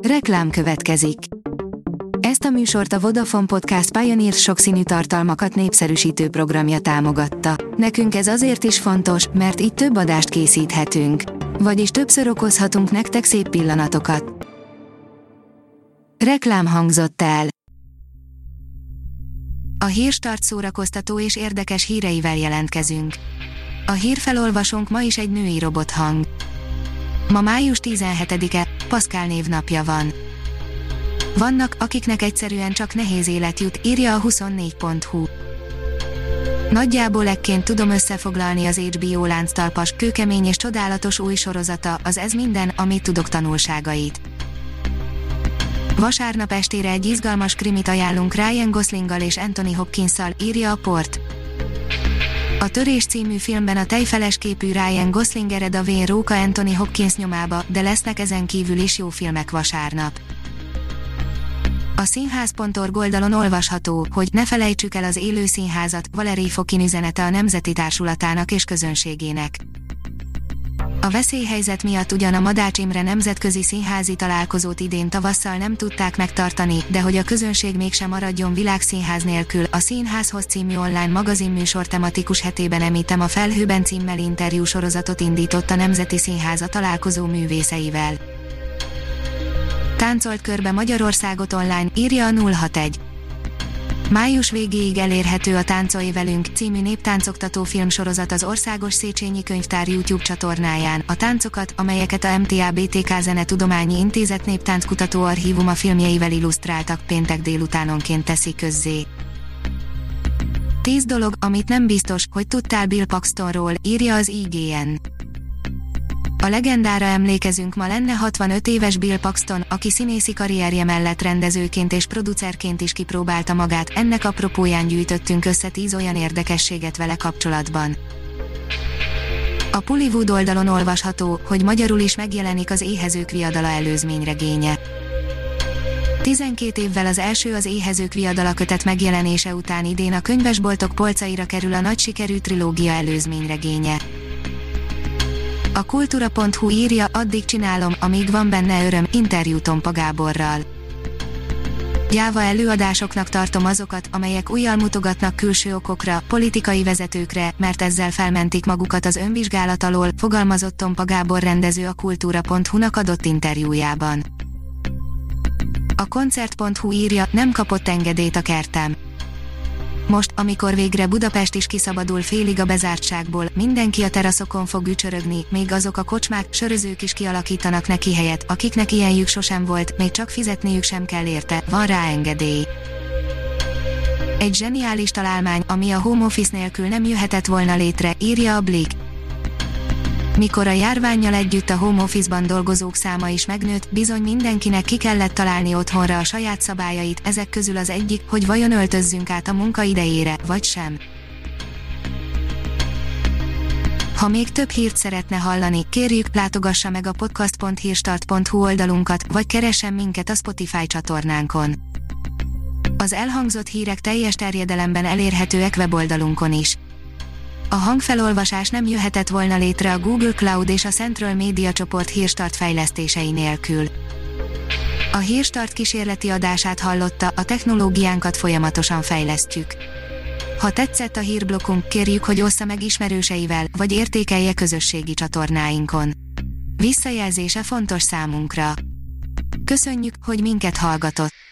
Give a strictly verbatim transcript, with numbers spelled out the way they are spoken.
Reklám következik. Ezt a műsort a Vodafone Podcast Pioneer sokszínű tartalmakat népszerűsítő programja támogatta. Nekünk ez azért is fontos, mert így több adást készíthetünk. Vagyis többször okozhatunk nektek szép pillanatokat. Reklám hangzott el. A Hírstart szórakoztató és érdekes híreivel jelentkezünk. A hírfelolvasónk ma is egy női robothang. Ma május tizenhetedike, Paszkál névnapja van. Vannak, akiknek egyszerűen csak nehéz élet jut, írja a huszonnégy pont hu. Nagyjából ekként tudom összefoglalni az há bé o lánctalpas, kőkemény és csodálatos új sorozata, az Ez minden, amit tudok tanulságait. Vasárnap estére egy izgalmas krimit ajánlunk Ryan Goslinggal és Anthony Hopkinsszal, írja a Port. A Törés című filmben a tejfeles képű Ryan Gosling ered a vén róka Anthony Hopkins nyomába, de lesznek ezen kívül is jó filmek vasárnap. A színház pont org oldalon olvasható, hogy ne felejtsük el az élő színházat, Valéry Fokin üzenete a Nemzeti Társulatának és közönségének. A veszélyhelyzet miatt ugyan a Madács Imre nemzetközi színházi találkozót idén tavasszal nem tudták megtartani, de hogy a közönség mégsem maradjon világszínház nélkül, a Színházhoz című online magazinműsor tematikus hetében Emítem a felhőben címmel interjú sorozatot indított a Nemzeti Színház a találkozó művészeivel. Táncolt körbe Magyarországot online, írja a nulla hatvanegy. Május végéig elérhető a Táncolj velünk című néptáncoktató filmsorozat az Országos Széchenyi Könyvtár YouTube csatornáján. A táncokat, amelyeket a em té á bé té ká Zenetudományi Intézet néptánckutató archívuma filmjeivel illusztráltak, péntek délutánonként teszi közzé. tíz dolog, amit nem biztos, hogy tudtál Bill Paxtonról, írja az i gé en. A legendára emlékezünk, ma lenne hatvanöt éves Bill Paxton, aki színészi karrierje mellett rendezőként és producerként is kipróbálta magát, ennek apropóján gyűjtöttünk össze tíz olyan érdekességet vele kapcsolatban. A Pullywood oldalon olvasható, hogy magyarul is megjelenik az Éhezők viadala előzményregénye. tizenkét évvel az első az Éhezők viadala kötet megjelenése után idén a könyvesboltok polcaira kerül a nagy sikerű trilógia előzményregénye. A kultúra pont hu írja, addig csinálom, amíg van benne öröm, interjú Tompa Gáborral. Gyáva előadásoknak tartom azokat, amelyek újjal mutogatnak külső okokra, politikai vezetőkre, mert ezzel felmentik magukat az önvizsgálat alól, fogalmazott Tompa Gábor rendező a kultúra pont hu-nak adott interjújában. A koncert pont hu írja, nem kapott engedélyt a kertem. Most, amikor végre Budapest is kiszabadul félig a bezártságból, mindenki a teraszokon fog ücsörögni, még azok a kocsmák, sörözők is kialakítanak neki helyet, akiknek ilyenjük sosem volt, még csak fizetniük sem kell érte, van rá engedély. Egy zseniális találmány, ami a home office nélkül nem jöhetett volna létre, írja a Blick. Mikor a járvánnyal együtt a home office-ban dolgozók száma is megnőtt, bizony mindenkinek ki kellett találni otthonra a saját szabályait, ezek közül az egyik, hogy vajon öltözzünk át a munka idejére, vagy sem. Ha még több hírt szeretne hallani, kérjük, látogassa meg a podcast pont hírstart pont hu oldalunkat, vagy keressen minket a Spotify csatornánkon. Az elhangzott hírek teljes terjedelemben elérhetőek weboldalunkon is. A hangfelolvasás nem jöhetett volna létre a Google Cloud és a Central Media csoport Hírstart fejlesztései nélkül. A Hírstart kísérleti adását hallotta, a technológiánkat folyamatosan fejlesztjük. Ha tetszett a hírblokkunk, kérjük, hogy ossza meg ismerőseivel, vagy értékelje közösségi csatornáinkon. Visszajelzése fontos számunkra. Köszönjük, hogy minket hallgatott!